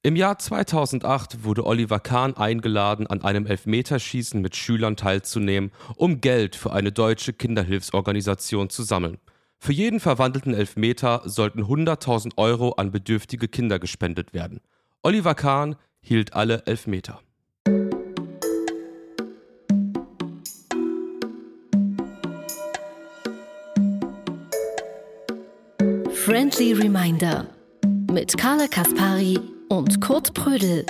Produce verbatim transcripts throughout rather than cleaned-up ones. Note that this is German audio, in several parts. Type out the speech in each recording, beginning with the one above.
Im Jahr zweitausendacht wurde Oliver Kahn eingeladen, an einem Elfmeterschießen mit Schülern teilzunehmen, um Geld für eine deutsche Kinderhilfsorganisation zu sammeln. Für jeden verwandelten Elfmeter sollten hunderttausend Euro an bedürftige Kinder gespendet werden. Oliver Kahn hielt alle Elfmeter. Friendly Reminder mit Carla Kaspari und Kurt Prödel.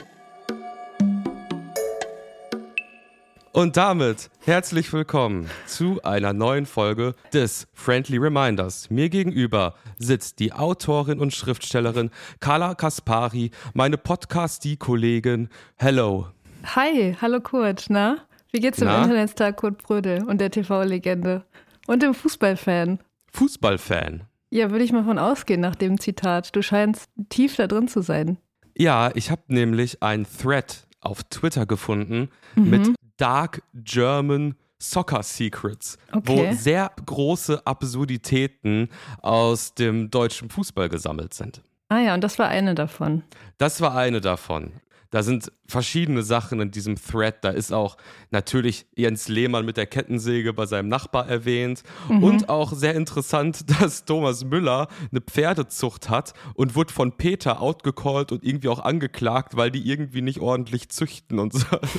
Und damit herzlich willkommen zu einer neuen Folge des Friendly Reminders. Mir gegenüber sitzt die Autorin und Schriftstellerin Carla Kaspari, meine Podcastie-Kollegin. Hello. Hi, hallo Kurt, na? Wie geht's dem Na? Internetstar Kurt Prödel und der T V-Legende? Und dem Fußballfan? Fußballfan. Ja, würde ich mal von ausgehen nach dem Zitat. Du scheinst tief da drin zu sein. Ja, ich habe nämlich einen Thread auf Twitter gefunden Mhm. mit Dark German Soccer Secrets, Okay. wo sehr große Absurditäten aus dem deutschen Fußball gesammelt sind. Ah ja, und das war eine davon. Das war eine davon. Da sind verschiedene Sachen in diesem Thread. Da ist auch natürlich Jens Lehmann mit der Kettensäge bei seinem Nachbar erwähnt. Mhm. Und auch sehr interessant, dass Thomas Müller eine Pferdezucht hat und wurde von Peter outgecallt und irgendwie auch angeklagt, weil die irgendwie nicht ordentlich züchten und so,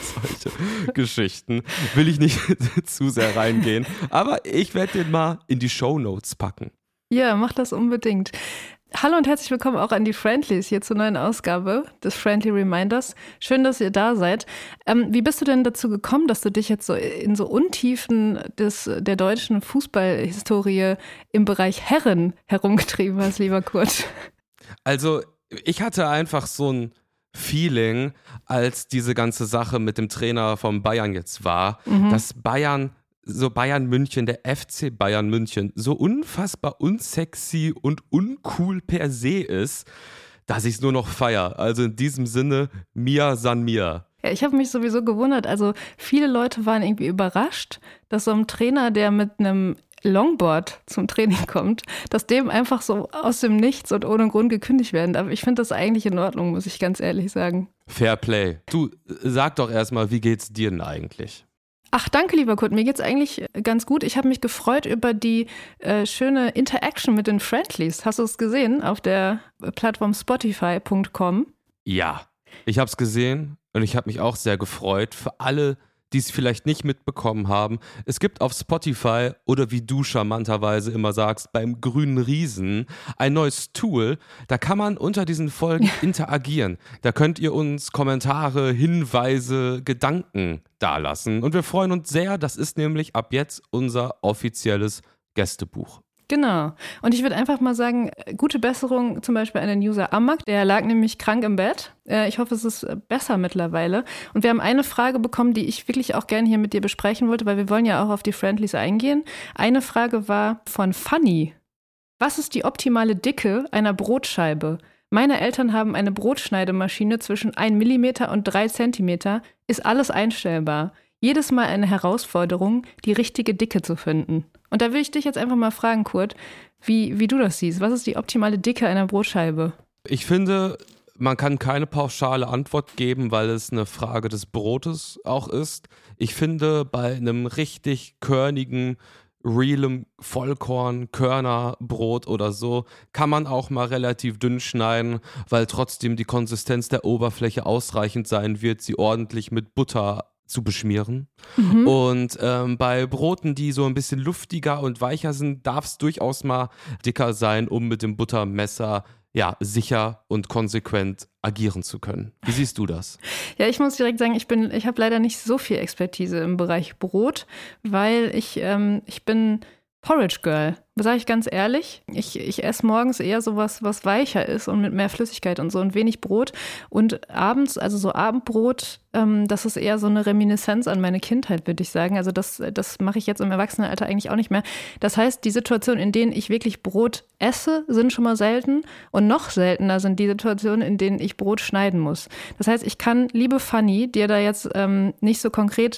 solche Geschichten. Will ich nicht zu sehr reingehen. Aber ich werde den mal in die Shownotes packen. Ja, mach das unbedingt. Hallo und herzlich willkommen auch an die Friendlies hier zur neuen Ausgabe des Friendly Reminders. Schön, dass ihr da seid. Ähm, wie bist du denn dazu gekommen, dass du dich jetzt so in so Untiefen des, der deutschen Fußballhistorie im Bereich Herren herumgetrieben hast, lieber Kurt? Also, ich hatte einfach so ein Feeling, als diese ganze Sache mit dem Trainer von Bayern jetzt war, Mhm. dass Bayern, so Bayern München, der F C Bayern München, so unfassbar unsexy und uncool per se ist, dass ich es nur noch feiere. Also in diesem Sinne, Mia san Mia. Ja, ich habe mich sowieso gewundert. Also viele Leute waren irgendwie überrascht, dass so ein Trainer, der mit einem Longboard zum Training kommt, dass dem einfach so aus dem Nichts und ohne Grund gekündigt werden darf. Ich finde das eigentlich in Ordnung, muss ich ganz ehrlich sagen. Fair Play. Du, sag doch erstmal, wie geht's dir denn eigentlich? Ach, danke, lieber Kurt. Mir geht's eigentlich ganz gut. Ich habe mich gefreut über die äh, schöne Interaction mit den Friendlies. Hast du es gesehen auf der Plattform spotify punkt com? Ja, ich habe es gesehen und ich habe mich auch sehr gefreut. Für alle, die es vielleicht nicht mitbekommen haben, es gibt auf Spotify oder wie du charmanterweise immer sagst, beim grünen Riesen ein neues Tool. Da kann man unter diesen Folgen interagieren. Da könnt ihr uns Kommentare, Hinweise, Gedanken dalassen. Und wir freuen uns sehr. Das ist nämlich ab jetzt unser offizielles Gästebuch. Genau. Und ich würde einfach mal sagen, gute Besserung zum Beispiel an den User Amak. Der lag nämlich krank im Bett. Äh, Ich hoffe, es ist besser mittlerweile. Und wir haben eine Frage bekommen, die ich wirklich auch gerne hier mit dir besprechen wollte, weil wir wollen ja auch auf die Friendlies eingehen. Eine Frage war von Fanny. Was ist die optimale Dicke einer Brotscheibe? Meine Eltern haben eine Brotschneidemaschine zwischen ein Millimeter und drei Zentimeter. Ist alles einstellbar. Jedes Mal eine Herausforderung, die richtige Dicke zu finden. Und da will ich dich jetzt einfach mal fragen, Kurt, wie, wie du das siehst. Was ist die optimale Dicke einer Brotscheibe? Ich finde, man kann keine pauschale Antwort geben, weil es eine Frage des Brotes auch ist. Ich finde, bei einem richtig körnigen, realem Vollkorn, Körnerbrot oder so, kann man auch mal relativ dünn schneiden, weil trotzdem die Konsistenz der Oberfläche ausreichend sein wird, sie ordentlich mit Butter zu beschmieren. Mhm. Und ähm, bei Broten, die so ein bisschen luftiger und weicher sind, darf es durchaus mal dicker sein, um mit dem Buttermesser ja sicher und konsequent agieren zu können. Wie siehst du das? Ja, ich muss direkt sagen, ich bin, ich habe leider nicht so viel Expertise im Bereich Brot, weil ich, ähm, ich bin Porridge Girl, sage ich ganz ehrlich. Ich, ich esse morgens eher sowas, was weicher ist und mit mehr Flüssigkeit und so und wenig Brot. Und abends, also so Abendbrot, ähm, das ist eher so eine Reminiszenz an meine Kindheit, würde ich sagen. Also das, das mache ich jetzt im Erwachsenenalter eigentlich auch nicht mehr. Das heißt, die Situationen, in denen ich wirklich Brot esse, sind schon mal selten. Und noch seltener sind die Situationen, in denen ich Brot schneiden muss. Das heißt, ich kann, liebe Fanny, dir da jetzt ähm, nicht so konkret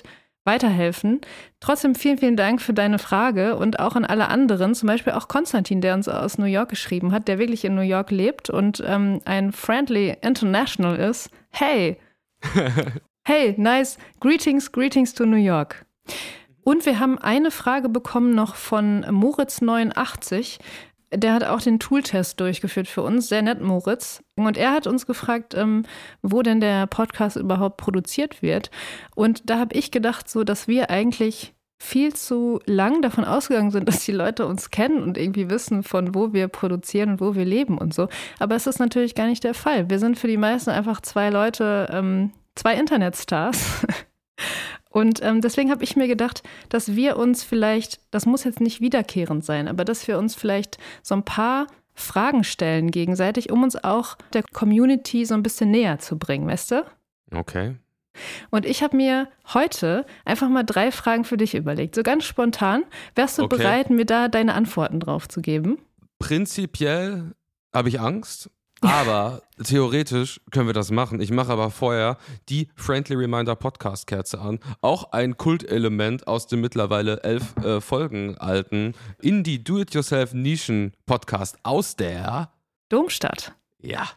weiterhelfen. Trotzdem vielen, vielen Dank für deine Frage und auch an alle anderen, zum Beispiel auch Konstantin, der uns aus New York geschrieben hat, der wirklich in New York lebt und ähm, ein Friendly International ist. Hey, hey, nice, greetings, greetings to New York. Und wir haben eine Frage bekommen noch von Moritz neunundachtzig. Der hat auch den Tooltest durchgeführt für uns, sehr nett, Moritz. Und er hat uns gefragt, ähm, wo denn der Podcast überhaupt produziert wird. Und da habe ich gedacht, so, dass wir eigentlich viel zu lang davon ausgegangen sind, dass die Leute uns kennen und irgendwie wissen, von wo wir produzieren und wo wir leben und so. Aber es ist natürlich gar nicht der Fall. Wir sind für die meisten einfach zwei Leute, ähm, zwei Internetstars. Und ähm, deswegen habe ich mir gedacht, dass wir uns vielleicht, das muss jetzt nicht wiederkehrend sein, aber dass wir uns vielleicht so ein paar Fragen stellen gegenseitig, um uns auch der Community so ein bisschen näher zu bringen, weißt du? Okay. Und ich habe mir heute einfach mal drei Fragen für dich überlegt, so ganz spontan. Wärst du Okay. bereit, mir da deine Antworten drauf zu geben? Prinzipiell habe ich Angst, aber theoretisch können wir das machen. Ich mache aber vorher die Friendly Reminder Podcast-Kerze an. Auch ein Kultelement aus dem mittlerweile elf äh, Folgen alten Indie Do-It-Yourself-Nischen-Podcast aus der Domstadt. Ja.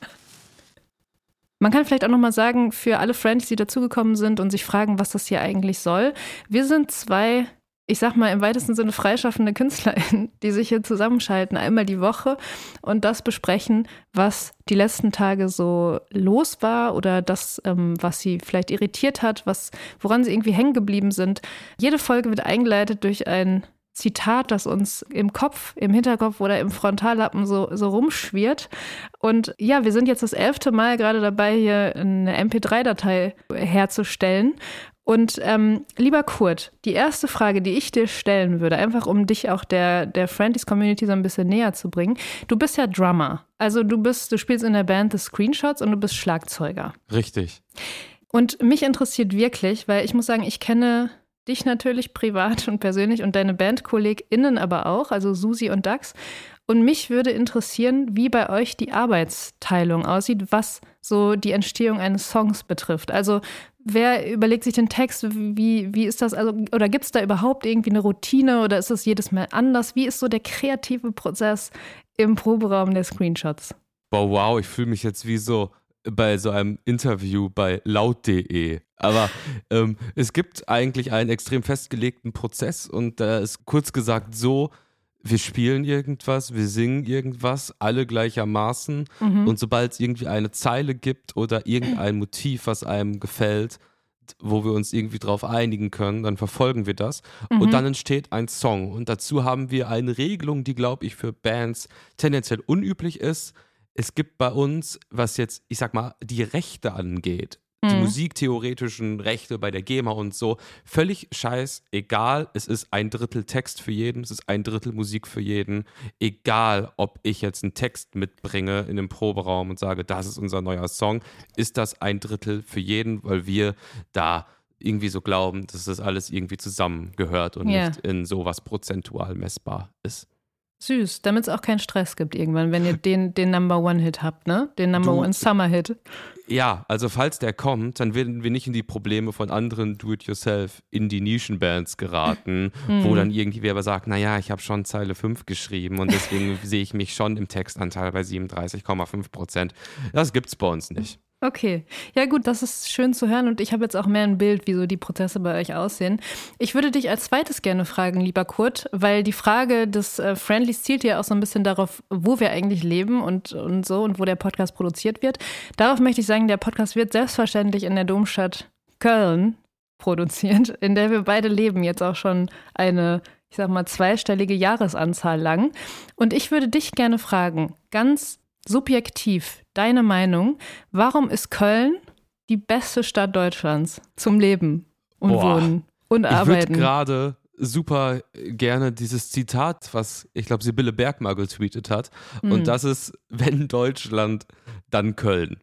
Man kann vielleicht auch nochmal sagen, für alle Friends, die dazugekommen sind und sich fragen, was das hier eigentlich soll. Wir sind zwei, ich sag mal im weitesten Sinne freischaffende KünstlerInnen, die sich hier zusammenschalten, einmal die Woche und das besprechen, was die letzten Tage so los war oder das, ähm, was sie vielleicht irritiert hat, was, woran sie irgendwie hängen geblieben sind. Jede Folge wird eingeleitet durch ein Zitat, das uns im Kopf, im Hinterkopf oder im Frontallappen so, so rumschwirrt. Und ja, wir sind jetzt das elfte Mal gerade dabei, hier eine M P drei Datei herzustellen. Und ähm, lieber Kurt, die erste Frage, die ich dir stellen würde, einfach um dich auch der, der Friendlies-Community so ein bisschen näher zu bringen. Du bist ja Drummer. Also du bist, du spielst in der Band The Screenshots und du bist Schlagzeuger. Richtig. Und mich interessiert wirklich, weil ich muss sagen, ich kenne dich natürlich privat und persönlich und deine BandkollegInnen aber auch, also Susi und Dax. Und mich würde interessieren, wie bei euch die Arbeitsteilung aussieht, was so die Entstehung eines Songs betrifft. Also wer überlegt sich den Text, wie, wie ist das, also, oder gibt es da überhaupt irgendwie eine Routine oder ist es jedes Mal anders? Wie ist so der kreative Prozess im Proberaum der Screenshots? Boah, wow, ich fühle mich jetzt wie so bei so einem Interview bei laut punkt de. Aber ähm, es gibt eigentlich einen extrem festgelegten Prozess und da ist kurz gesagt so, wir spielen irgendwas, wir singen irgendwas, alle gleichermaßen Mhm. und sobald es irgendwie eine Zeile gibt oder irgendein Motiv, was einem gefällt, wo wir uns irgendwie drauf einigen können, dann verfolgen wir das Mhm. und dann entsteht ein Song und dazu haben wir eine Regelung, die, glaube ich, für Bands tendenziell unüblich ist. Es gibt bei uns, was jetzt, ich sag mal, die Rechte angeht, die Mhm. musiktheoretischen Rechte bei der GEMA und so, völlig scheißegal. Es ist ein Drittel Text für jeden, es ist ein Drittel Musik für jeden. Egal, ob ich jetzt einen Text mitbringe in den Proberaum und sage, das ist unser neuer Song, ist das ein Drittel für jeden, weil wir da irgendwie so glauben, dass das alles irgendwie zusammengehört und Ja. nicht in sowas prozentual messbar ist. Süß, damit es auch keinen Stress gibt irgendwann, wenn ihr den, den Number One Hit habt, ne? Den Number Du- One Summer Hit. Ja, also falls der kommt, dann werden wir nicht in die Probleme von anderen Do-it-yourself Indie-Nischen-Bands geraten, wo dann irgendwie wer aber sagt, naja, ich habe schon Zeile fünf geschrieben und deswegen sehe ich mich schon im Textanteil bei siebenunddreißig Komma fünf Prozent. Das gibt's bei uns nicht. Okay, ja gut, das ist schön zu hören und ich habe jetzt auch mehr ein Bild, wie so die Prozesse bei euch aussehen. Ich würde dich als zweites gerne fragen, lieber Kurt, weil die Frage des äh, Friendlies zielt ja auch so ein bisschen darauf, wo wir eigentlich leben und, und so und wo der Podcast produziert wird. Darauf möchte ich sagen, der Podcast wird selbstverständlich in der Domstadt Köln produziert, in der wir beide leben, jetzt auch schon eine, ich sag mal, zweistellige Jahresanzahl lang. Und ich würde dich gerne fragen, ganz subjektiv, deine Meinung, warum ist Köln die beste Stadt Deutschlands zum Leben und Boah. Wohnen und Ich würde Arbeiten? gerade super gerne dieses Zitat, was ich glaube Sibylle Berg mal getweetet hat, Mhm. und das ist, wenn Deutschland, dann Köln.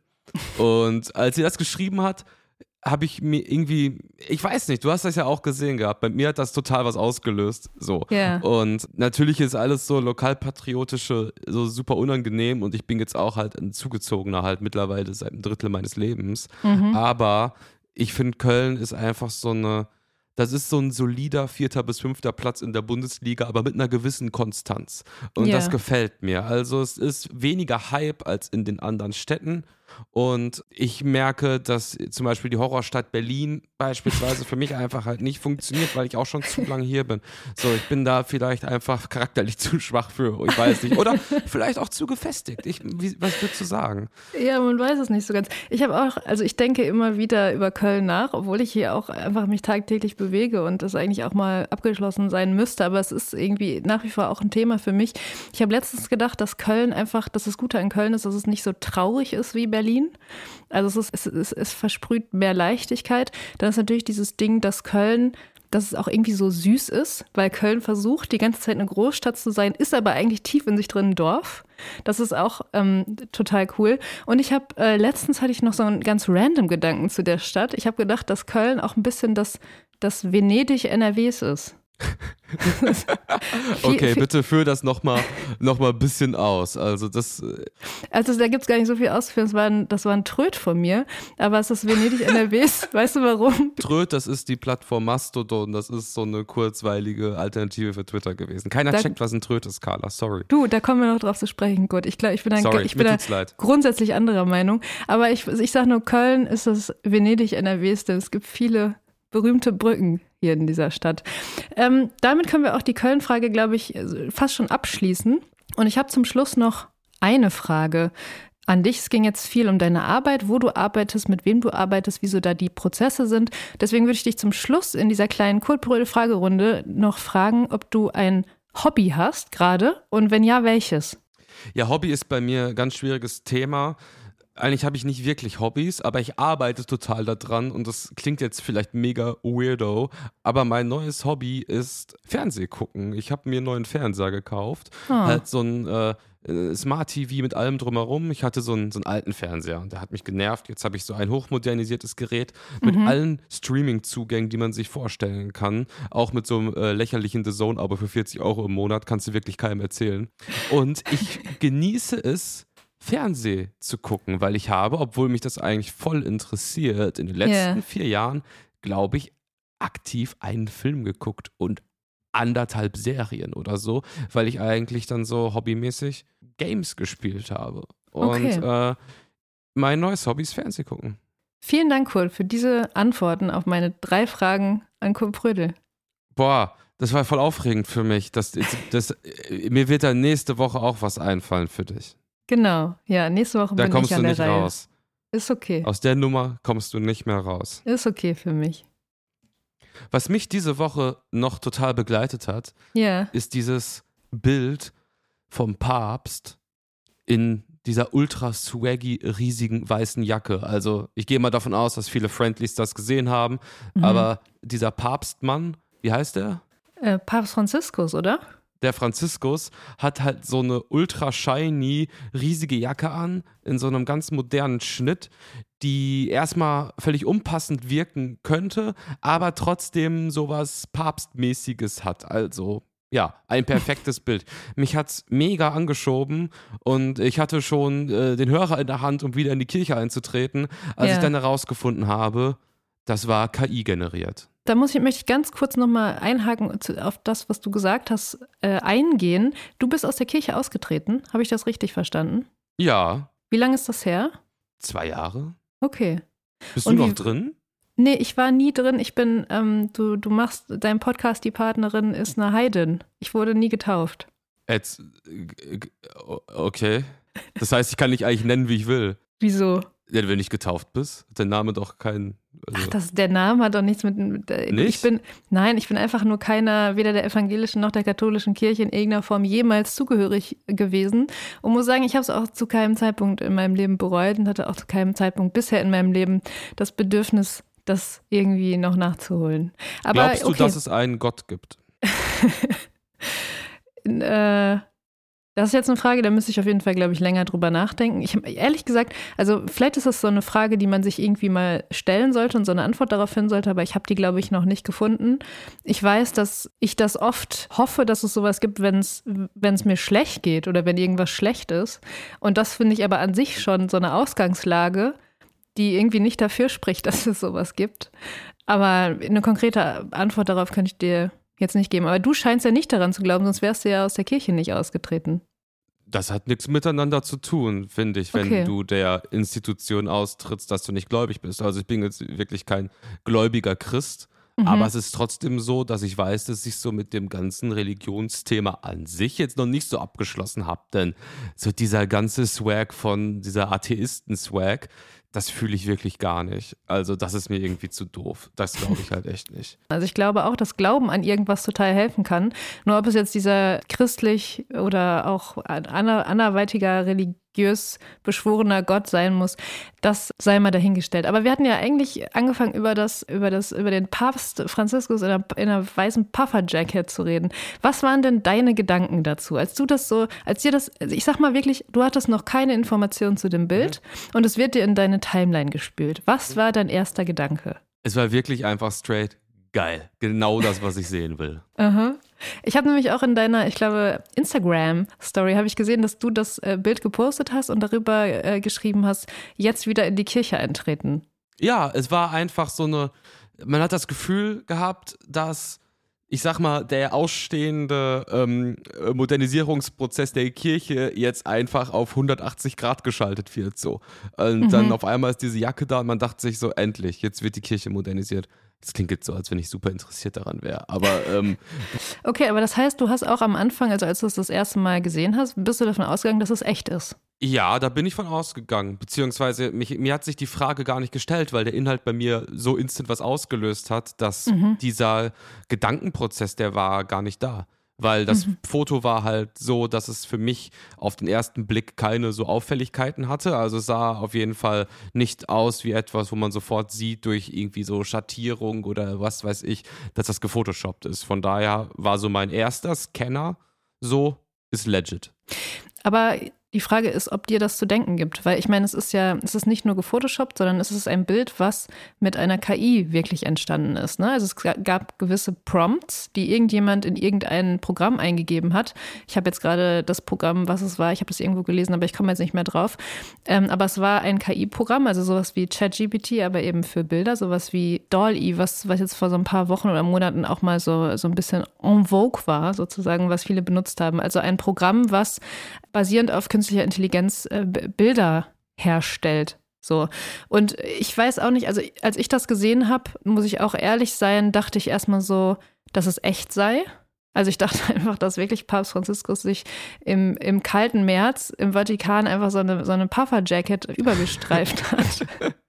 Und als sie das geschrieben hat, habe ich mir irgendwie, ich weiß nicht, du hast das ja auch gesehen gehabt, bei mir hat das total was ausgelöst, so. Ja. Und natürlich ist alles so lokalpatriotische, so super unangenehm und ich bin jetzt auch halt ein Zugezogener halt mittlerweile seit einem Drittel meines Lebens, Mhm. aber ich finde Köln ist einfach so eine das ist so ein solider vierter bis fünfter Platz in der Bundesliga, aber mit einer gewissen Konstanz. Und Ja. das gefällt mir. Also es ist weniger Hype als in den anderen Städten. Und ich merke, dass zum Beispiel die Horrorstadt Berlin beispielsweise für mich einfach halt nicht funktioniert, weil ich auch schon zu lange hier bin. So, ich bin da vielleicht einfach charakterlich zu schwach für, ich weiß nicht. Oder vielleicht auch zu gefestigt. Ich, wie, was würdest du sagen? Ja, man weiß es nicht so ganz. Ich habe auch, also ich denke immer wieder über Köln nach, obwohl ich hier auch einfach mich tagtäglich bewege und das eigentlich auch mal abgeschlossen sein müsste. Aber es ist irgendwie nach wie vor auch ein Thema für mich. Ich habe letztens gedacht, dass Köln einfach, dass das Gute an Köln ist, dass es nicht so traurig ist wie Berlin. Also es, ist, es, es, es versprüht mehr Leichtigkeit. Dann ist natürlich dieses Ding, dass Köln, dass es auch irgendwie so süß ist, weil Köln versucht, die ganze Zeit eine Großstadt zu sein, ist aber eigentlich tief in sich drin ein Dorf. Das ist auch ähm, total cool. Und ich habe, äh, letztens hatte ich noch so einen ganz random Gedanken zu der Stadt. Ich habe gedacht, dass Köln auch ein bisschen das, das Venedig N R Ws ist. Okay, viel, bitte führ das nochmal noch mal ein bisschen aus. Also das. Also da gibt es gar nicht so viel auszuführen. Das war ein, das war ein Tröd von mir, aber es ist Venedig N R Ws. Weißt du warum? Tröd, das ist die Plattform Mastodon. Das ist so eine kurzweilige Alternative für Twitter gewesen. Keiner da, checkt, was ein Tröd ist, Carla. Sorry. Du, da kommen wir noch drauf zu sprechen. Gut, ich glaube, ich bin da, Sorry, ich bin mir da tut's leid. grundsätzlich anderer Meinung. Aber ich, ich sage nur, Köln ist das Venedig N R Ws, denn es gibt viele berühmte Brücken hier in dieser Stadt. Ähm, damit können wir auch die Köln-Frage, glaube ich, fast schon abschließen. Und ich habe zum Schluss noch eine Frage an dich. Es ging jetzt viel um deine Arbeit, wo du arbeitest, mit wem du arbeitest, wieso da die Prozesse sind. Deswegen würde ich dich zum Schluss in dieser kleinen Kurt-Brödel-Fragerunde noch fragen, ob du ein Hobby hast gerade und wenn ja, welches? Ja, Hobby ist bei mir ein ganz schwieriges Thema. Eigentlich habe ich nicht wirklich Hobbys, aber ich arbeite total daran und das klingt jetzt vielleicht mega weirdo, aber mein neues Hobby ist Fernseh gucken. Ich habe mir einen neuen Fernseher gekauft, oh. halt so ein äh, Smart T V mit allem drumherum. Ich hatte so einen, so einen alten Fernseher und der hat mich genervt. Jetzt habe ich so ein hochmodernisiertes Gerät mit mhm. allen Streaming-Zugängen, die man sich vorstellen kann. Auch mit so einem äh, lächerlichen The Zone, aber für vierzig Euro im Monat kannst du wirklich keinem erzählen. Und ich genieße es, Fernseh zu gucken, weil ich habe, obwohl mich das eigentlich voll interessiert, in den letzten yeah. vier Jahren, glaube ich, aktiv einen Film geguckt und anderthalb Serien oder so, weil ich eigentlich dann so hobbymäßig Games gespielt habe. Und okay. äh, mein neues Hobby ist Fernseh gucken. Vielen Dank, Kurt, für diese Antworten auf meine drei Fragen an Kurt Brödel. Boah, das war voll aufregend für mich. Das, das, das, mir wird dann nächste Woche auch was einfallen für dich. Genau, ja, nächste Woche da bin kommst ich an du der nicht Reihe. raus. Ist okay. Aus der Nummer kommst du nicht mehr raus. Ist okay für mich. Was mich diese Woche noch total begleitet hat, yeah. ist dieses Bild vom Papst in dieser ultra swaggy, riesigen weißen Jacke. Also ich gehe mal davon aus, dass viele Friendlies das gesehen haben, mhm. aber dieser Papstmann, wie heißt der? Äh, Papst Franziskus, oder? Der Franziskus hat halt so eine ultra shiny, riesige Jacke an, in so einem ganz modernen Schnitt, die erstmal völlig unpassend wirken könnte, aber trotzdem sowas Papstmäßiges hat. Also, ja, ein perfektes Bild. Mich hat's mega angeschoben und ich hatte schon äh, den Hörer in der Hand, um wieder in die Kirche einzutreten, als ja. ich dann herausgefunden habe, das war K I generiert. Da muss ich, möchte ich ganz kurz nochmal einhaken auf das, was du gesagt hast, äh, eingehen. Du bist aus der Kirche ausgetreten, habe ich das richtig verstanden? Ja. Wie lange ist das her? Zwei Jahre. Okay. Bist Und du noch wie, drin? Nee, ich war nie drin. Ich bin, ähm, du, du machst, dein Podcast, die Partnerin ist eine Heidin. Ich wurde nie getauft. Jetzt, okay. Das heißt, ich kann dich eigentlich nennen, wie ich will. Wieso? Ja, wenn du nicht getauft bist, hat der Name doch kein... Also Ach, das, der Name hat doch nichts mit... mit nicht? Ich bin, nein, ich bin einfach nur keiner, weder der evangelischen noch der katholischen Kirche in irgendeiner Form jemals zugehörig gewesen. Und muss sagen, ich habe es auch zu keinem Zeitpunkt in meinem Leben bereut und hatte auch zu keinem Zeitpunkt bisher in meinem Leben das Bedürfnis, das irgendwie noch nachzuholen. Aber, glaubst du, okay. dass es einen Gott gibt? äh... Das ist jetzt eine Frage, da müsste ich auf jeden Fall, glaube ich, länger drüber nachdenken. Ich ehrlich gesagt, also vielleicht ist das so eine Frage, die man sich irgendwie mal stellen sollte und so eine Antwort darauf finden sollte, aber ich habe die, glaube ich, noch nicht gefunden. Ich weiß, dass ich das oft hoffe, dass es sowas gibt, wenn es wenn es mir schlecht geht oder wenn irgendwas schlecht ist. Und das finde ich aber an sich schon so eine Ausgangslage, die irgendwie nicht dafür spricht, dass es sowas gibt. Aber eine konkrete Antwort darauf könnte ich dir jetzt nicht geben. Aber du scheinst ja nicht daran zu glauben, sonst wärst du ja aus der Kirche nicht ausgetreten. Das hat nichts miteinander zu tun, finde ich, wenn Okay. du der Institution austrittst, dass du nicht gläubig bist. Also ich bin jetzt wirklich kein gläubiger Christ, Mhm. aber es ist trotzdem so, dass ich weiß, dass ich so mit dem ganzen Religionsthema an sich jetzt noch nicht so abgeschlossen habe. Denn so dieser ganze Swag von dieser Atheisten-Swag, das fühle ich wirklich gar nicht. Also das ist mir irgendwie zu doof. Das glaube ich halt echt nicht. Also ich glaube auch, dass Glauben an irgendwas total helfen kann. Nur ob es jetzt dieser christlich oder auch ander, anderweitiger religiös beschworener Gott sein muss, das sei mal dahingestellt. Aber wir hatten ja eigentlich angefangen, über das, über das, über den Papst Franziskus in einer, in einer weißen Pufferjacket zu reden. Was waren denn deine Gedanken dazu? Als du das so, als dir das, ich sag mal wirklich, du hattest noch keine Information zu dem Bild mhm. und es wird dir in deine Timeline gespült. Was war dein erster Gedanke? Es war wirklich einfach straight geil. Genau das, was ich sehen will. Aha. Ich habe nämlich auch in deiner, ich glaube, Instagram-Story habe ich gesehen, dass du das äh, Bild gepostet hast und darüber äh, geschrieben hast, jetzt wieder in die Kirche eintreten. Ja, es war einfach so eine, man hat das Gefühl gehabt, dass, ich sag mal, der ausstehende ähm, Modernisierungsprozess der Kirche jetzt einfach auf hundertachtzig Grad geschaltet wird. So. Und mhm. dann auf einmal ist diese Jacke da und man dachte sich so, endlich, jetzt wird die Kirche modernisiert. Das klingt jetzt so, als wenn ich super interessiert daran wäre. Aber ähm, okay, aber das heißt, du hast auch am Anfang, also als du es das erste Mal gesehen hast, bist du davon ausgegangen, dass es echt ist? Ja, da bin ich von ausgegangen. Beziehungsweise mich, mir hat sich die Frage gar nicht gestellt, weil der Inhalt bei mir so instant was ausgelöst hat, dass mhm. dieser Gedankenprozess, der war gar nicht da. Weil das mhm. Foto war halt so, dass es für mich auf den ersten Blick keine so Auffälligkeiten hatte. Also es sah auf jeden Fall nicht aus wie etwas, wo man sofort sieht durch irgendwie so Schattierung oder was weiß ich, dass das gefotoshoppt ist. Von daher war so mein erster Scanner so, ist legit. Aber die Frage ist, ob dir das zu denken gibt, weil ich meine, es ist ja, es ist nicht nur gefotoshoppt, sondern es ist ein Bild, was mit einer K I wirklich entstanden ist. Ne? Also es gab gewisse Prompts, die irgendjemand in irgendein Programm eingegeben hat. Ich habe jetzt gerade das Programm, was es war, ich habe das irgendwo gelesen, aber ich komme jetzt nicht mehr drauf. Ähm, aber es war ein K I-Programm, also sowas wie ChatGPT, aber eben für Bilder, sowas wie Dall-E, was, was jetzt vor so ein paar Wochen oder Monaten auch mal so, so ein bisschen en vogue war, sozusagen, was viele benutzt haben. Also ein Programm, was basierend auf künstlicher Intelligenz äh, Bilder herstellt. So. Und ich weiß auch nicht, also als ich das gesehen habe, muss ich auch ehrlich sein, dachte ich erstmal so, dass es echt sei. Also ich dachte einfach, dass wirklich Papst Franziskus sich im, im kalten März im Vatikan einfach so eine, so eine Pufferjacket übergestreift hat.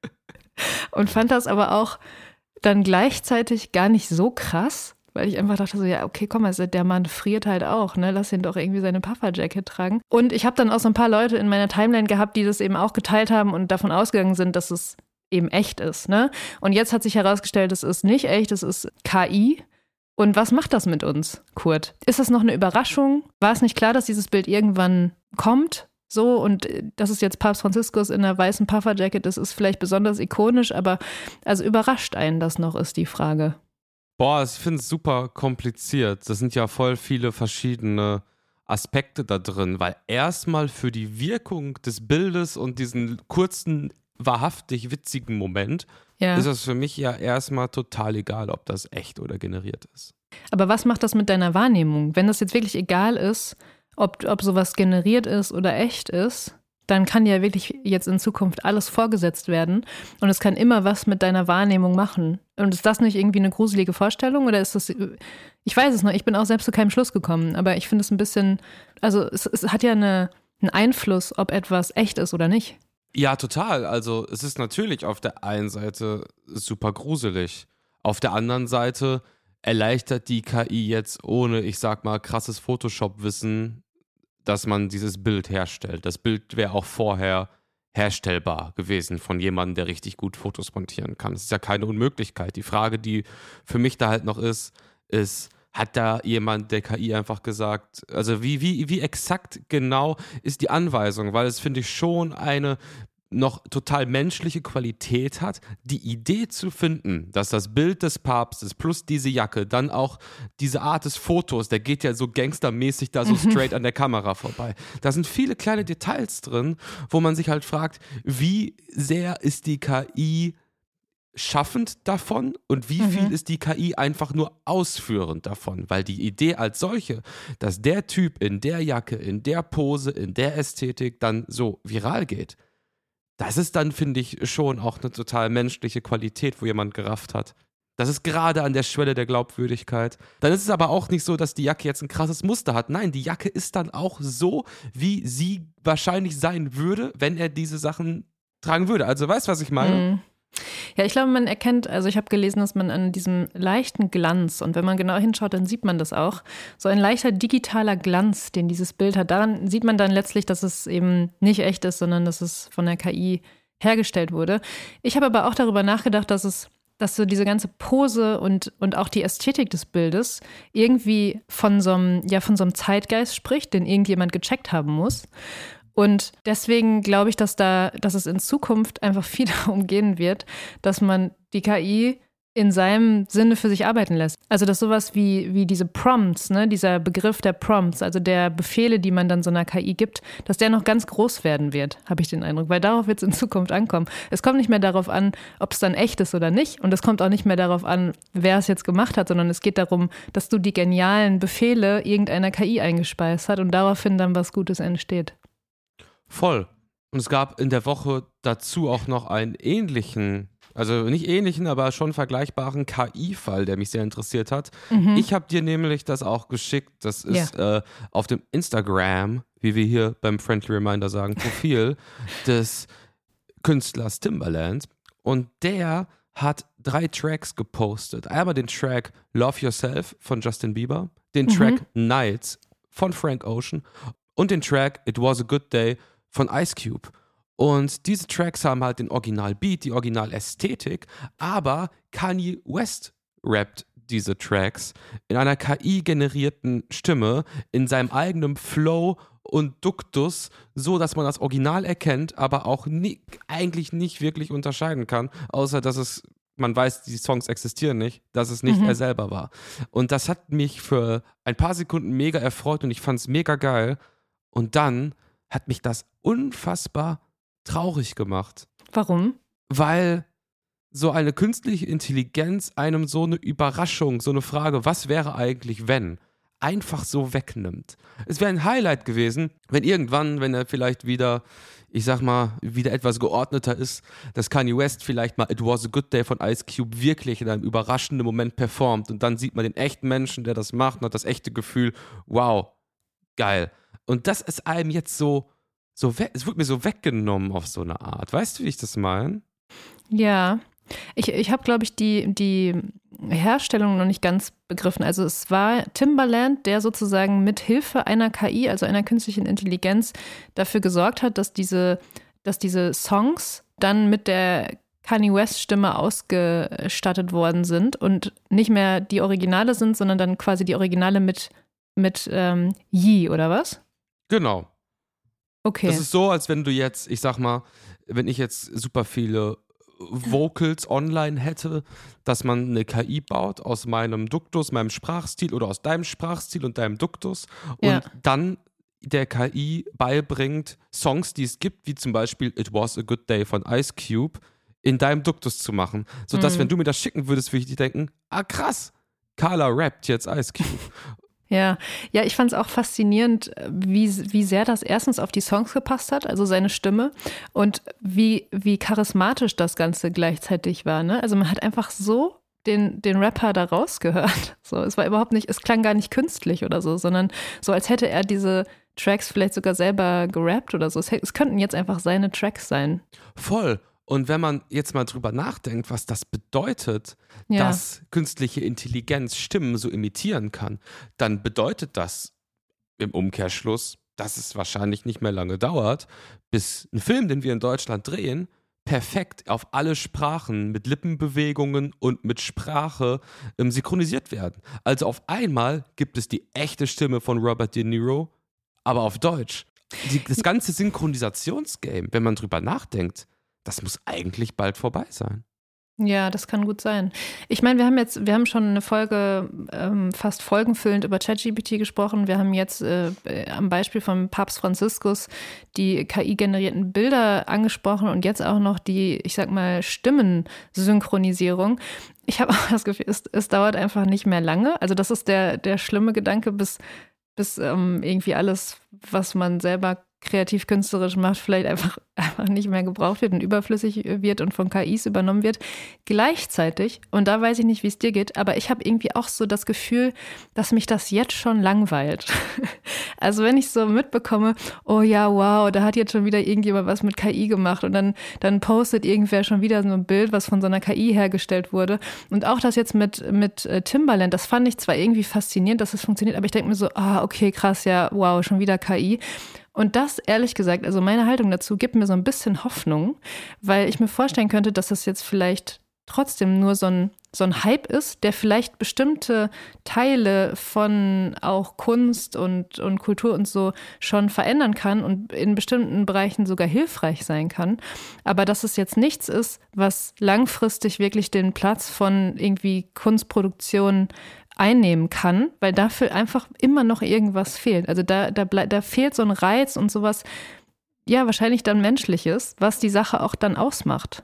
Und fand das aber auch dann gleichzeitig gar nicht so krass, weil ich einfach dachte so, ja, okay, komm, also der Mann friert halt auch, ne? Lass ihn doch irgendwie seine Pufferjacket tragen. Und ich habe dann auch so ein paar Leute in meiner Timeline gehabt, die das eben auch geteilt haben und davon ausgegangen sind, dass es eben echt ist, ne? Und jetzt hat sich herausgestellt, es ist nicht echt, es ist K I. Und was macht das mit uns, Kurt? Ist das noch eine Überraschung? War es nicht klar, dass dieses Bild irgendwann kommt? So, und dass es jetzt Papst Franziskus in einer weißen Pufferjacket ist, ist vielleicht besonders ikonisch, aber also überrascht einen das noch, ist die Frage. Boah, ich finde es super kompliziert. Das sind ja voll viele verschiedene Aspekte da drin, weil erstmal für die Wirkung des Bildes und diesen kurzen, wahrhaftig witzigen Moment ja. ist es für mich ja erstmal total egal, ob das echt oder generiert ist. Aber was macht das mit deiner Wahrnehmung? Wenn das jetzt wirklich egal ist, ob, ob sowas generiert ist oder echt ist, dann kann ja wirklich jetzt in Zukunft alles vorgesetzt werden und es kann immer was mit deiner Wahrnehmung machen. Und ist das nicht irgendwie eine gruselige Vorstellung oder ist das, ich weiß es noch, ich bin auch selbst zu keinem Schluss gekommen, aber ich finde es ein bisschen, also es, es hat ja eine, einen Einfluss, ob etwas echt ist oder nicht. Ja, total. Also es ist natürlich auf der einen Seite super gruselig. Auf der anderen Seite erleichtert die K I jetzt ohne, ich sag mal, krasses Photoshop-Wissen, dass man dieses Bild herstellt. Das Bild wäre auch vorher herstellbar gewesen von jemandem, der richtig gut Fotos montieren kann. Das ist ja keine Unmöglichkeit. Die Frage, die für mich da halt noch ist, ist, hat da jemand der K I einfach gesagt, also wie, wie, wie exakt genau ist die Anweisung? Weil es, finde ich, schon eine noch total menschliche Qualität hat, die Idee zu finden, dass das Bild des Papstes plus diese Jacke, dann auch diese Art des Fotos, der geht ja so gangstermäßig da so straight an der Kamera vorbei. Da sind viele kleine Details drin, wo man sich halt fragt, wie sehr ist die K I schaffend davon und wie Mhm. viel ist die K I einfach nur ausführend davon? Weil die Idee als solche, dass der Typ in der Jacke, in der Pose, in der Ästhetik dann so viral geht, das ist dann, finde ich, schon auch eine total menschliche Qualität, wo jemand gerafft hat. Das ist gerade an der Schwelle der Glaubwürdigkeit. Dann ist es aber auch nicht so, dass die Jacke jetzt ein krasses Muster hat. Nein, die Jacke ist dann auch so, wie sie wahrscheinlich sein würde, wenn er diese Sachen tragen würde. Also weißt du, was ich meine? Mhm. Ja, ich glaube, man erkennt, also ich habe gelesen, dass man an diesem leichten Glanz, und wenn man genau hinschaut, dann sieht man das auch, so ein leichter digitaler Glanz, den dieses Bild hat, daran sieht man dann letztlich, dass es eben nicht echt ist, sondern dass es von der K I hergestellt wurde. Ich habe aber auch darüber nachgedacht, dass es, dass so diese ganze Pose und, und auch die Ästhetik des Bildes irgendwie von so einem, ja, von so einem Zeitgeist spricht, den irgendjemand gecheckt haben muss. Und deswegen glaube ich, dass da, dass es in Zukunft einfach viel darum gehen wird, dass man die K I in seinem Sinne für sich arbeiten lässt. Also dass sowas wie, wie diese Prompts, ne, dieser Begriff der Prompts, also der Befehle, die man dann so einer K I gibt, dass der noch ganz groß werden wird, habe ich den Eindruck, weil darauf wird es in Zukunft ankommen. Es kommt nicht mehr darauf an, ob es dann echt ist oder nicht, und es kommt auch nicht mehr darauf an, wer es jetzt gemacht hat, sondern es geht darum, dass du die genialen Befehle irgendeiner K I eingespeist hast und daraufhin dann was Gutes entsteht. Voll. Und es gab in der Woche dazu auch noch einen ähnlichen, also nicht ähnlichen, aber schon vergleichbaren K I-Fall, der mich sehr interessiert hat. Mhm. Ich habe dir nämlich das auch geschickt. Das ist ja. äh, auf dem Instagram, wie wir hier beim Friendly Reminder sagen, Profil des Künstlers Timbaland. Und der hat drei Tracks gepostet. Einmal den Track Love Yourself von Justin Bieber, den Track mhm. Nights von Frank Ocean und den Track It Was a Good Day von Ice Cube. Und diese Tracks haben halt den Original-Beat, die Original-Ästhetik, aber Kanye West rappt diese Tracks in einer K I-generierten Stimme, in seinem eigenen Flow und Duktus, so dass man das Original erkennt, aber auch nie, eigentlich nicht wirklich unterscheiden kann, außer dass es, man weiß, die Songs existieren nicht, dass es nicht mhm. er selber war. Und das hat mich für ein paar Sekunden mega erfreut und ich fand es mega geil. Und dann hat mich das unfassbar traurig gemacht. Warum? Weil so eine künstliche Intelligenz einem so eine Überraschung, so eine Frage, was wäre eigentlich, wenn, einfach so wegnimmt. Es wäre ein Highlight gewesen, wenn irgendwann, wenn er vielleicht wieder, ich sag mal, wieder etwas geordneter ist, dass Kanye West vielleicht mal It Was a Good Day von Ice Cube wirklich in einem überraschenden Moment performt und dann sieht man den echten Menschen, der das macht und hat das echte Gefühl, wow, geil. Und das ist einem jetzt so, so we- es wird mir so weggenommen auf so eine Art. Weißt du, wie ich das meine? Ja, ich, ich habe, glaube ich, die, die Herstellung noch nicht ganz begriffen. Also es war Timbaland, der sozusagen mit Hilfe einer K I, also einer künstlichen Intelligenz, dafür gesorgt hat, dass diese, dass diese Songs dann mit der Kanye West-Stimme ausgestattet worden sind und nicht mehr die Originale sind, sondern dann quasi die Originale mit, mit ähm, Yee, oder was? Genau. Okay. Das ist so, als wenn du jetzt, ich sag mal, wenn ich jetzt super viele Vocals online hätte, dass man eine K I baut aus meinem Duktus, meinem Sprachstil oder aus deinem Sprachstil und deinem Duktus und ja. dann der K I beibringt, Songs, die es gibt, wie zum Beispiel It Was a Good Day von Ice Cube, in deinem Duktus zu machen. Sodass, mhm. wenn du mir das schicken würdest, würde ich dir denken, ah krass, Carla rappt jetzt Ice Cube. Ja, ja, ich fand es auch faszinierend, wie, wie sehr das erstens auf die Songs gepasst hat, also seine Stimme, und wie, wie charismatisch das Ganze gleichzeitig war. Ne? Also man hat einfach so den, den Rapper da rausgehört. So, es war überhaupt nicht, es klang gar nicht künstlich oder so, sondern so, als hätte er diese Tracks vielleicht sogar selber gerappt oder so. Es, es könnten jetzt einfach seine Tracks sein. Voll. Und wenn man jetzt mal drüber nachdenkt, was das bedeutet, ja. dass künstliche Intelligenz Stimmen so imitieren kann, dann bedeutet das im Umkehrschluss, dass es wahrscheinlich nicht mehr lange dauert, bis ein Film, den wir in Deutschland drehen, perfekt auf alle Sprachen mit Lippenbewegungen und mit Sprache ähm, synchronisiert werden. Also auf einmal gibt es die echte Stimme von Robert De Niro, aber auf Deutsch. Die, das ganze Synchronisationsgame, wenn man drüber nachdenkt, das muss eigentlich bald vorbei sein. Ja, das kann gut sein. Ich meine, wir haben jetzt, wir haben schon eine Folge ähm, fast folgenfüllend über ChatGPT gesprochen. Wir haben jetzt äh, am Beispiel von Papst Franziskus die K I-generierten Bilder angesprochen und jetzt auch noch die, ich sag mal, Stimmensynchronisierung. Ich habe auch das Gefühl, es, es dauert einfach nicht mehr lange. Also das ist der, der schlimme Gedanke, bis, bis ähm, irgendwie alles, was man selber kreativ künstlerisch macht, vielleicht einfach, einfach nicht mehr gebraucht wird und überflüssig wird und von K Is übernommen wird. Gleichzeitig, und da weiß ich nicht, wie es dir geht, aber ich habe irgendwie auch so das Gefühl, dass mich das jetzt schon langweilt. Also wenn ich so mitbekomme, oh ja, wow, da hat jetzt schon wieder irgendjemand was mit K I gemacht und dann, dann postet irgendwer schon wieder so ein Bild, was von so einer K I hergestellt wurde. Und auch das jetzt mit, mit Timbaland, das fand ich zwar irgendwie faszinierend, dass es funktioniert, aber ich denke mir so, ah, okay, krass, ja, wow, schon wieder K I. Und das, ehrlich gesagt, also meine Haltung dazu gibt mir so ein bisschen Hoffnung, weil ich mir vorstellen könnte, dass das jetzt vielleicht trotzdem nur so ein, so ein Hype ist, der vielleicht bestimmte Teile von auch Kunst und, und Kultur und so schon verändern kann und in bestimmten Bereichen sogar hilfreich sein kann. Aber dass es jetzt nichts ist, was langfristig wirklich den Platz von irgendwie Kunstproduktion einnehmen kann, weil dafür einfach immer noch irgendwas fehlt. Also da, da, da fehlt so ein Reiz und sowas, ja, wahrscheinlich dann Menschliches, was die Sache auch dann ausmacht.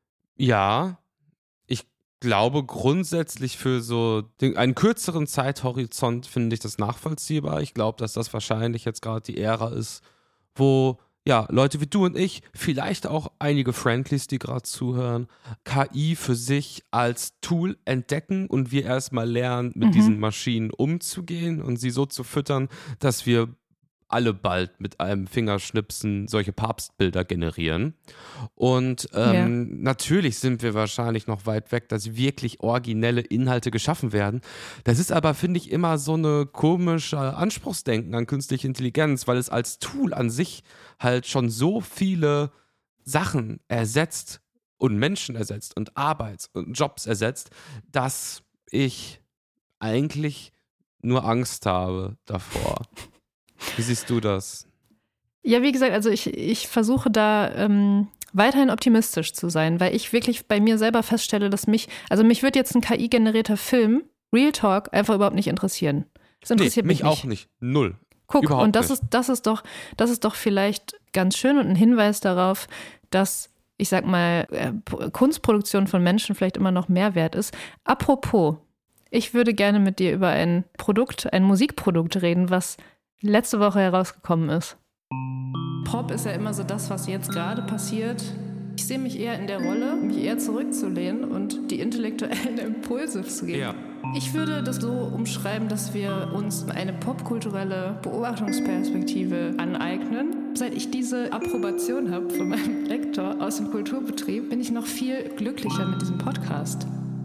Ja, ich glaube grundsätzlich für so den, einen kürzeren Zeithorizont finde ich das nachvollziehbar. Ich glaube, dass das wahrscheinlich jetzt gerade die Ära ist, wo ja, Leute wie du und ich, vielleicht auch einige Friendlies, die gerade zuhören, K I für sich als Tool entdecken und wir erstmal lernen, mit mhm. diesen Maschinen umzugehen und sie so zu füttern, dass wir alle bald mit einem Fingerschnipsen solche Papstbilder generieren. Und ähm, ja. natürlich sind wir wahrscheinlich noch weit weg, dass wirklich originelle Inhalte geschaffen werden. Das ist aber, finde ich, immer so eine komische Anspruchsdenken an künstliche Intelligenz, weil es als Tool an sich halt schon so viele Sachen ersetzt und Menschen ersetzt und Arbeits- und Jobs ersetzt, dass ich eigentlich nur Angst habe davor. Wie siehst du das? Ja, wie gesagt, also ich, ich versuche da ähm, weiterhin optimistisch zu sein, weil ich wirklich bei mir selber feststelle, dass mich, also mich wird jetzt ein K I-generierter Film, Real Talk, einfach überhaupt nicht interessieren. Das interessiert nee, mich, mich nicht. auch nicht. Null. Guck, überhaupt und das nicht. ist, das ist doch, das ist doch vielleicht ganz schön und ein Hinweis darauf, dass, ich sag mal, Kunstproduktion von Menschen vielleicht immer noch mehr wert ist. Apropos, ich würde gerne mit dir über ein Produkt, ein Musikprodukt reden, was letzte Woche herausgekommen ist. Pop ist ja immer so das, was jetzt gerade passiert. Ich sehe mich eher in der Rolle, mich eher zurückzulehnen und die intellektuellen Impulse zu geben. Ja. Ich würde das so umschreiben, dass wir uns eine popkulturelle Beobachtungsperspektive aneignen. Seit ich diese Approbation habe von meinem Lektor aus dem Kulturbetrieb, bin ich noch viel glücklicher mit diesem Podcast.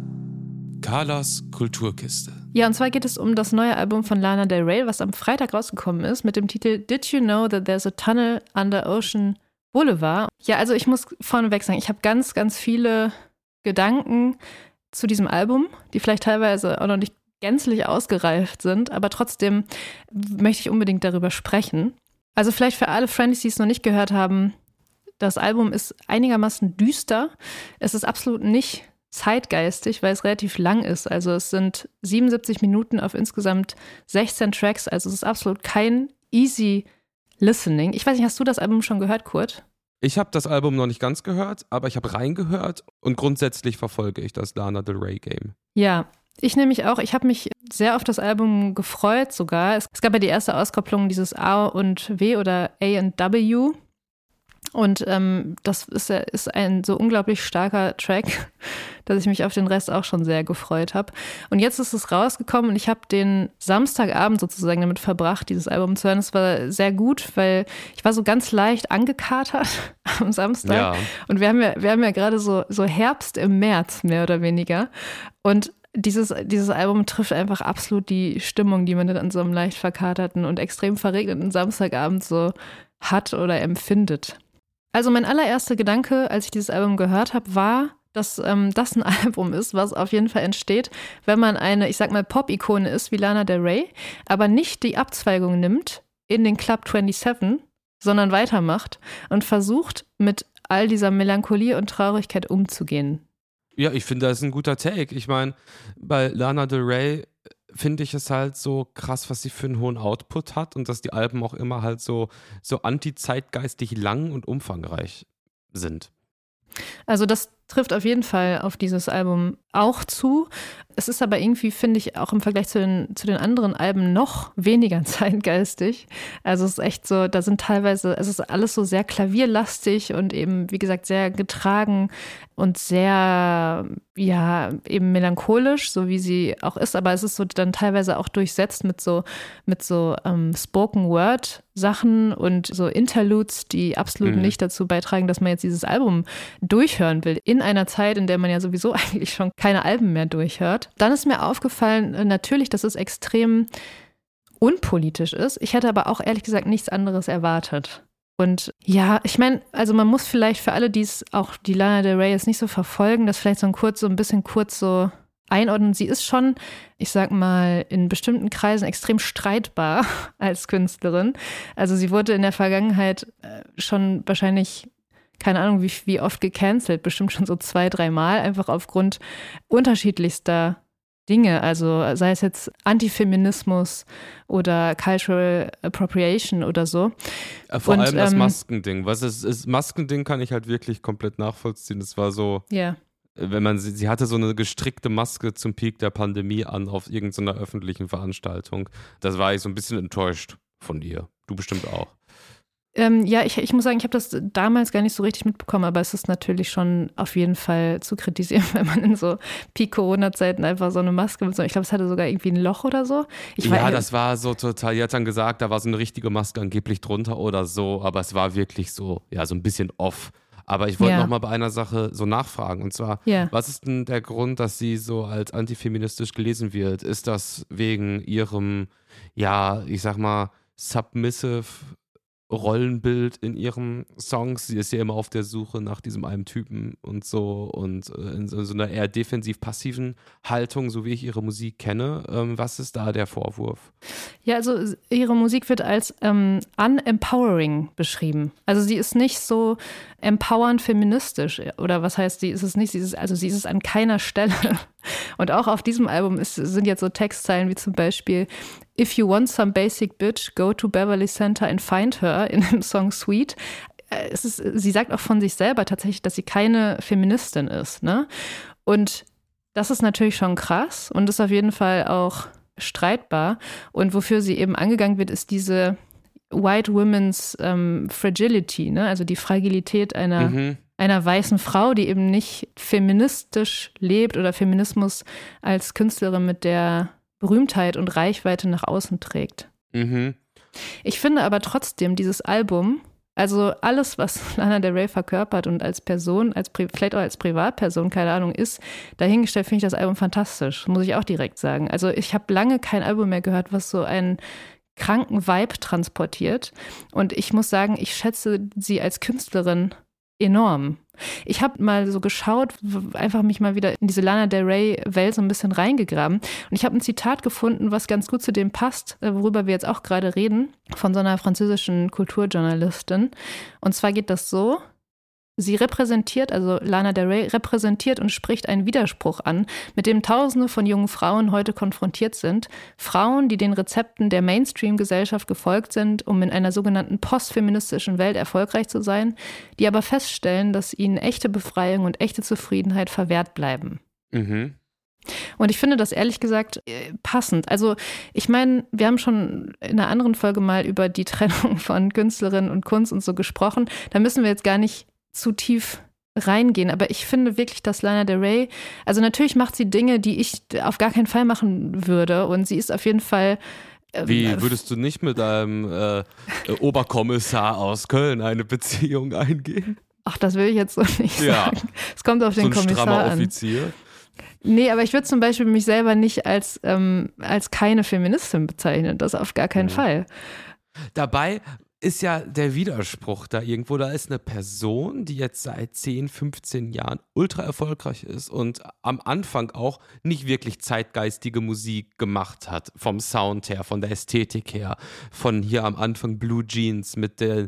Carlas Kulturkiste. Ja, und zwar geht es um das neue Album von Lana Del Rey, was am Freitag rausgekommen ist, mit dem Titel Did You Know That There's a Tunnel Under Ocean Boulevard? Ja, also ich muss vorneweg sagen, ich habe ganz, ganz viele Gedanken zu diesem Album, die vielleicht teilweise auch noch nicht gänzlich ausgereift sind, aber trotzdem möchte ich unbedingt darüber sprechen. Also vielleicht für alle Friendies, die es noch nicht gehört haben, das Album ist einigermaßen düster. Es ist absolut nicht zeitgeistig, weil es relativ lang ist. Also es sind siebenundsiebzig Minuten auf insgesamt sechzehn Tracks. Also es ist absolut kein easy listening. Ich weiß nicht, hast du das Album schon gehört, Kurt? Ich habe das Album noch nicht ganz gehört, aber ich habe reingehört und grundsätzlich verfolge ich das Lana Del Rey Game. Ja, ich nämlich auch. Ich habe mich sehr auf das Album gefreut sogar. Es gab ja die erste Auskopplung dieses A und W oder A und W. Und ähm, das ist, ist ein so unglaublich starker Track, dass ich mich auf den Rest auch schon sehr gefreut habe. Und jetzt ist es rausgekommen und ich habe den Samstagabend sozusagen damit verbracht, dieses Album zu hören. Es war sehr gut, weil ich war so ganz leicht angekatert am Samstag. Ja. Und wir haben ja, wir haben ja gerade so, so Herbst im März, mehr oder weniger. Und Dieses, dieses Album trifft einfach absolut die Stimmung, die man dann an so einem leicht verkaterten und extrem verregneten Samstagabend so hat oder empfindet. Also mein allererster Gedanke, als ich dieses Album gehört habe, war, dass ähm, das ein Album ist, was auf jeden Fall entsteht, wenn man eine, ich sag mal, Pop-Ikone ist wie Lana Del Rey, aber nicht die Abzweigung nimmt in den Club siebenundzwanzig, sondern weitermacht und versucht, mit all dieser Melancholie und Traurigkeit umzugehen. Ja, ich finde, das ist ein guter Take. Ich meine, bei Lana Del Rey finde ich es halt so krass, was sie für einen hohen Output hat und dass die Alben auch immer halt so, so anti-zeitgeistig lang und umfangreich sind. Also das trifft auf jeden Fall auf dieses Album auch zu. Es ist aber irgendwie, finde ich, auch im Vergleich zu den, zu den anderen Alben noch weniger zeitgeistig. Also es ist echt so, da sind teilweise, es ist alles so sehr klavierlastig und eben, wie gesagt, sehr getragen und sehr, ja, eben melancholisch, so wie sie auch ist. Aber es ist so dann teilweise auch durchsetzt mit so, mit so ähm, Spoken-Word-Sachen und so Interludes, die absolut mhm. nicht dazu beitragen, dass man jetzt dieses Album durchhören will. In einer Zeit, in der man ja sowieso eigentlich schon keine Alben mehr durchhört. Dann ist mir aufgefallen, natürlich, dass es extrem unpolitisch ist. Ich hätte aber auch ehrlich gesagt nichts anderes erwartet. Und ja, ich meine, also man muss vielleicht für alle, die es auch die Lana Del Rey jetzt nicht so verfolgen, das vielleicht so ein kurz, so ein bisschen kurz so einordnen. Sie ist schon, ich sag mal, in bestimmten Kreisen extrem streitbar als Künstlerin. Also sie wurde in der Vergangenheit schon wahrscheinlich, keine Ahnung, wie, wie oft gecancelt, bestimmt schon so zwei, dreimal, einfach aufgrund unterschiedlichster Dinge, also sei es jetzt Antifeminismus oder Cultural Appropriation oder so. Vor Und, allem das ähm, Maskending. Was ist, ist Maskending kann ich halt wirklich komplett nachvollziehen. Das war so, yeah. wenn man sie, sie hatte so eine gestrickte Maske zum Peak der Pandemie an auf irgendeiner öffentlichen Veranstaltung. Das war ich so ein bisschen enttäuscht von ihr. Du bestimmt auch. Ähm, ja, ich, ich muss sagen, ich habe das damals gar nicht so richtig mitbekommen, aber es ist natürlich schon auf jeden Fall zu kritisieren, wenn man in so Peak-Corona-Zeiten einfach so eine Maske mit so, ich glaube, es hatte sogar irgendwie ein Loch oder so. Ich ja, war, das war so total, die hat dann gesagt, da war so eine richtige Maske angeblich drunter oder so, aber es war wirklich so, ja, so ein bisschen off. Aber ich wollte ja. noch mal bei einer Sache so nachfragen, und zwar, ja. was ist denn der Grund, dass sie so als antifeministisch gelesen wird? Ist das wegen ihrem, ja, ich sag mal, submissive Rollenbild in ihren Songs? Sie ist ja immer auf der Suche nach diesem einen Typen und so und in so, so einer eher defensiv-passiven Haltung, so wie ich ihre Musik kenne. Ähm, was ist da der Vorwurf? Ja, also ihre Musik wird als ähm, unempowering beschrieben. Also sie ist nicht so empowernd feministisch, oder was heißt, sie ist es nicht, sie ist, also sie ist es an keiner Stelle. Und auch auf diesem Album ist, sind jetzt so Textzeilen wie zum Beispiel If you want some basic bitch, go to Beverly Center and find her in dem Song Sweet. Es ist, sie sagt auch von sich selber tatsächlich, dass sie keine Feministin ist, ne? Und das ist natürlich schon krass und ist auf jeden Fall auch streitbar. Und wofür sie eben angegangen wird, ist diese White Women's ähm, Fragility, ne? Also die Fragilität einer, mhm. einer weißen Frau, die eben nicht feministisch lebt oder Feminismus als Künstlerin mit der Berühmtheit und Reichweite nach außen trägt. Mhm. Ich finde aber trotzdem dieses Album, also alles, was Lana Del Rey verkörpert und als Person, als vielleicht auch als Privatperson, keine Ahnung, ist, dahingestellt finde ich das Album fantastisch, muss ich auch direkt sagen. Also ich habe lange kein Album mehr gehört, was so einen kranken Vibe transportiert. Und ich muss sagen, ich schätze sie als Künstlerin enorm. Ich habe mal so geschaut, einfach mich mal wieder in diese Lana Del Rey-Welt so ein bisschen reingegraben. Und ich habe ein Zitat gefunden, was ganz gut zu dem passt, worüber wir jetzt auch gerade reden, von so einer französischen Kulturjournalistin. Und zwar geht das so: Sie repräsentiert, also Lana Del Rey repräsentiert und spricht einen Widerspruch an, mit dem Tausende von jungen Frauen heute konfrontiert sind. Frauen, die den Rezepten der Mainstream-Gesellschaft gefolgt sind, um in einer sogenannten postfeministischen Welt erfolgreich zu sein, die aber feststellen, dass ihnen echte Befreiung und echte Zufriedenheit verwehrt bleiben. Mhm. Und ich finde das ehrlich gesagt passend. Also ich meine, wir haben schon in einer anderen Folge mal über die Trennung von Künstlerin und Kunst und so gesprochen. Da müssen wir jetzt gar nicht zu tief reingehen, aber ich finde wirklich, dass Lana Del Rey, also natürlich macht sie Dinge, die ich auf gar keinen Fall machen würde, und sie ist auf jeden Fall äh, Wie, würdest du nicht mit einem äh, Oberkommissar aus Köln eine Beziehung eingehen? Ach, das will ich jetzt so nicht ja. sagen. Es kommt auf den so ein Kommissar strammer an. Offizier. Nee, aber ich würde zum Beispiel mich selber nicht als, ähm, als keine Feministin bezeichnen, das auf gar keinen ja. Fall. Dabei ist ja der Widerspruch da irgendwo. Da ist eine Person, die jetzt seit zehn, fünfzehn Jahren ultra erfolgreich ist und am Anfang auch nicht wirklich zeitgeistige Musik gemacht hat. Vom Sound her, von der Ästhetik her. Von hier am Anfang Blue Jeans mit den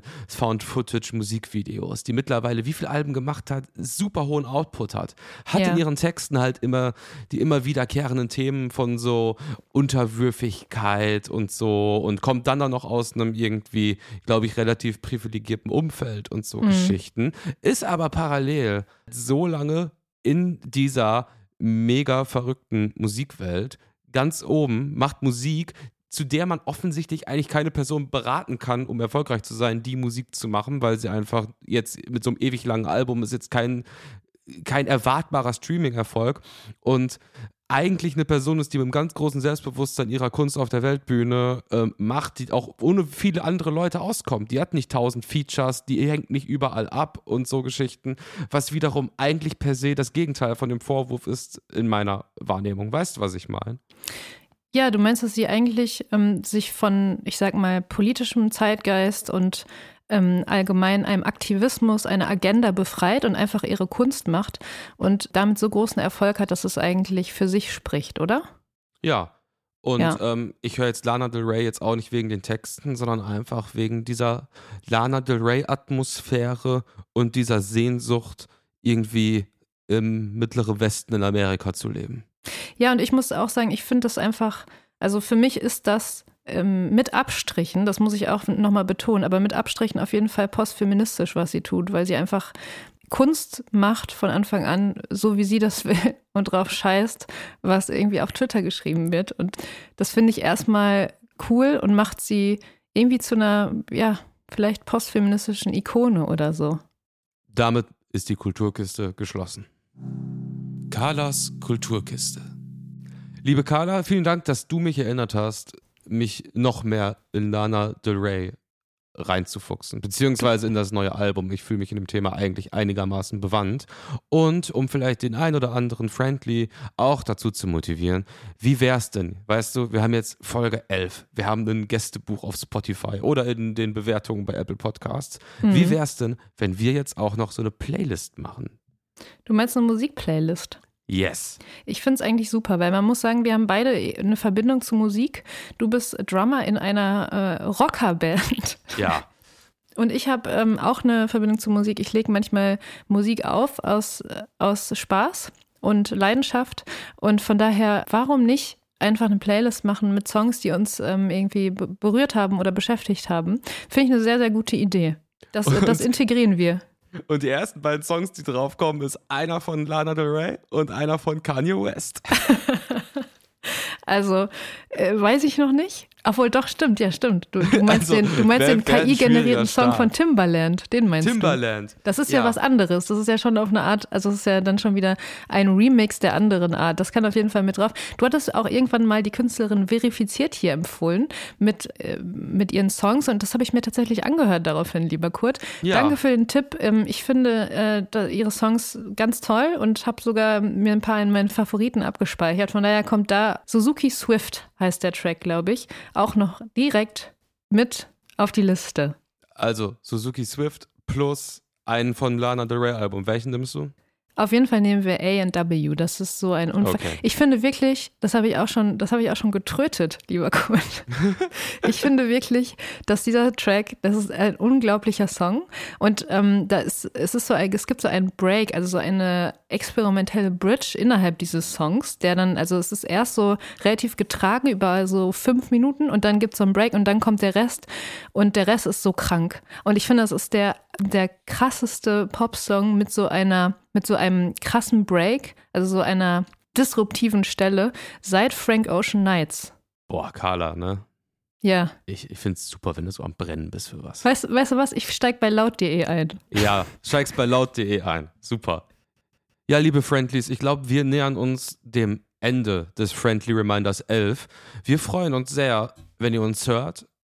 Found-Footage-Musikvideos, die mittlerweile wie viele Alben gemacht hat, super hohen Output hat. Hat Ja. in ihren Texten halt immer die immer wiederkehrenden Themen von so Unterwürfigkeit und so und kommt dann auch noch aus einem irgendwie, glaube ich, relativ privilegierten Umfeld und so Mhm. Geschichten, ist aber parallel so lange in dieser mega verrückten Musikwelt ganz oben, macht Musik, zu der man offensichtlich eigentlich keine Person beraten kann, um erfolgreich zu sein, die Musik zu machen, weil sie einfach jetzt mit so einem ewig langen Album ist jetzt kein, kein erwartbarer Streaming-Erfolg und eigentlich eine Person ist, die mit einem ganz großen Selbstbewusstsein ihrer Kunst auf der Weltbühne ähm, macht, die auch ohne viele andere Leute auskommt. Die hat nicht tausend Features, die hängt nicht überall ab und so Geschichten, was wiederum eigentlich per se das Gegenteil von dem Vorwurf ist in meiner Wahrnehmung. Weißt du, was ich meine? Ja, du meinst, dass sie eigentlich ähm, sich von, ich sag mal, politischem Zeitgeist und ähm, allgemein einem Aktivismus, einer Agenda befreit und einfach ihre Kunst macht und damit so großen Erfolg hat, dass es eigentlich für sich spricht, oder? Ja. Und Ja. ähm, ich höre jetzt Lana Del Rey jetzt auch nicht wegen den Texten, sondern einfach wegen dieser Lana Del Rey-Atmosphäre und dieser Sehnsucht, irgendwie im Mittleren Westen in Amerika zu leben. Ja, und ich muss auch sagen, ich finde das einfach, also für mich ist das ähm, mit Abstrichen, das muss ich auch nochmal betonen, aber mit Abstrichen auf jeden Fall postfeministisch, was sie tut, weil sie einfach Kunst macht von Anfang an, so wie sie das will und drauf scheißt, was irgendwie auf Twitter geschrieben wird. Und das finde ich erstmal cool und macht sie irgendwie zu einer, ja, vielleicht postfeministischen Ikone oder so. Damit ist die Kulturkiste geschlossen. Carlas Kulturkiste. Liebe Carla, vielen Dank, dass du mich erinnert hast, mich noch mehr in Lana Del Rey reinzufuchsen, beziehungsweise in das neue Album. Ich fühle mich in dem Thema eigentlich einigermaßen bewandt. Und um vielleicht den ein oder anderen Friendly auch dazu zu motivieren, wie wär's denn? Weißt du, wir haben jetzt Folge elf, wir haben ein Gästebuch auf Spotify oder in den Bewertungen bei Apple Podcasts. Mhm. Wie wär's denn, wenn wir jetzt auch noch so eine Playlist machen? Du meinst eine Musikplaylist? Yes. Ich finde es eigentlich super, weil man muss sagen, wir haben beide eine Verbindung zu Musik. Du bist Drummer in einer äh, Rockerband. Ja. Und ich habe ähm, auch eine Verbindung zu Musik. Ich lege manchmal Musik auf aus, äh, aus Spaß und Leidenschaft. Und von daher, warum nicht einfach eine Playlist machen mit Songs, die uns ähm, irgendwie be- berührt haben oder beschäftigt haben? Finde ich eine sehr, sehr gute Idee. Das, das integrieren wir. Und die ersten beiden Songs, die draufkommen, ist einer von Lana Del Rey und einer von Kanye West. Also, äh, weiß ich noch nicht. Obwohl, doch, stimmt, ja, stimmt. Du, du meinst Also, den, du meinst wär- den wär ein K I-generierten schwieriger Song Start. von Timbaland. Den meinst Timbaland. du? Das ist ja. Ja. was anderes. Das ist ja schon auf eine Art, also es ist ja dann schon wieder ein Remix der anderen Art. Das kann auf jeden Fall mit drauf. Du hattest auch irgendwann mal die Künstlerin Verifiziert hier empfohlen mit, äh, mit ihren Songs und das habe ich mir tatsächlich angehört daraufhin, lieber Kurt. Ja. Danke für den Tipp. Ähm, ich finde äh, da, ihre Songs ganz toll und habe sogar mir ein paar in meinen Favoriten abgespeichert. Von daher kommt da Suzuki Swift, heißt der Track, glaube ich, auch noch direkt mit auf die Liste. Also Suzuki Swift plus einen von Lana Del Rey Album. Welchen nimmst du? Auf jeden Fall nehmen wir A and W. Das ist so ein Unfall. Okay. Ich finde wirklich, das habe ich auch schon, das habe ich auch schon getrötet, lieber Kurt. Ich finde wirklich, dass dieser Track, das ist ein unglaublicher Song. Und ähm, da ist, es ist so ein, es gibt so einen Break, also so eine experimentelle Bridge innerhalb dieses Songs, der dann, also es ist erst so relativ getragen über so fünf Minuten und dann gibt es so einen Break und dann kommt der Rest und der Rest ist so krank. Und ich finde, das ist der, der krasseste Popsong mit so einer mit so einem krassen Break, also so einer disruptiven Stelle seit Frank Ocean Nights. Boah, Carla, ne? Ja. Ich, ich finde es super, wenn du so am Brennen bist für was. Weißt, weißt du was? Ich steig bei laut punkt de ein. Ja, steigst bei laut punkt de ein. Super. Ja, liebe Friendlies, ich glaube, wir nähern uns dem Ende des Friendly Reminders elf. Wir freuen uns sehr, wenn ihr uns hört,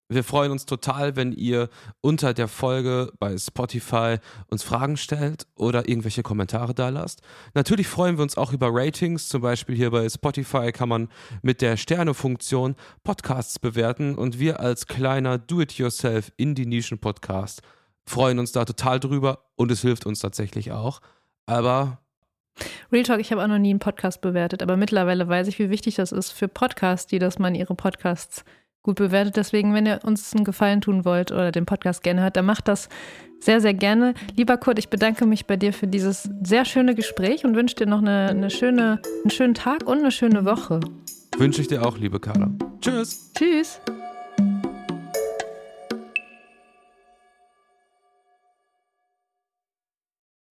Wir freuen uns total, wenn ihr unter der Folge bei Spotify uns Fragen stellt oder irgendwelche Kommentare da lasst. Natürlich freuen wir uns auch über Ratings. Zum Beispiel hier bei Spotify kann man mit der Sterne-Funktion Podcasts bewerten. Und wir als kleiner Do-it-yourself-Indie-Nischen-Podcast freuen uns da total drüber. Und es hilft uns tatsächlich auch. Aber Real Talk, ich habe auch noch nie einen Podcast bewertet. Aber mittlerweile weiß ich, wie wichtig das ist für Podcasts, die dass man ihre Podcasts gut bewertet. Deswegen, wenn ihr uns einen Gefallen tun wollt oder den Podcast gerne hört, dann macht das sehr, sehr gerne. Lieber Kurt, ich bedanke mich bei dir für dieses sehr schöne Gespräch und wünsche dir noch eine, eine schöne, einen schönen Tag und eine schöne Woche. Wünsche ich dir auch, liebe Carla. Tschüss. Tschüss.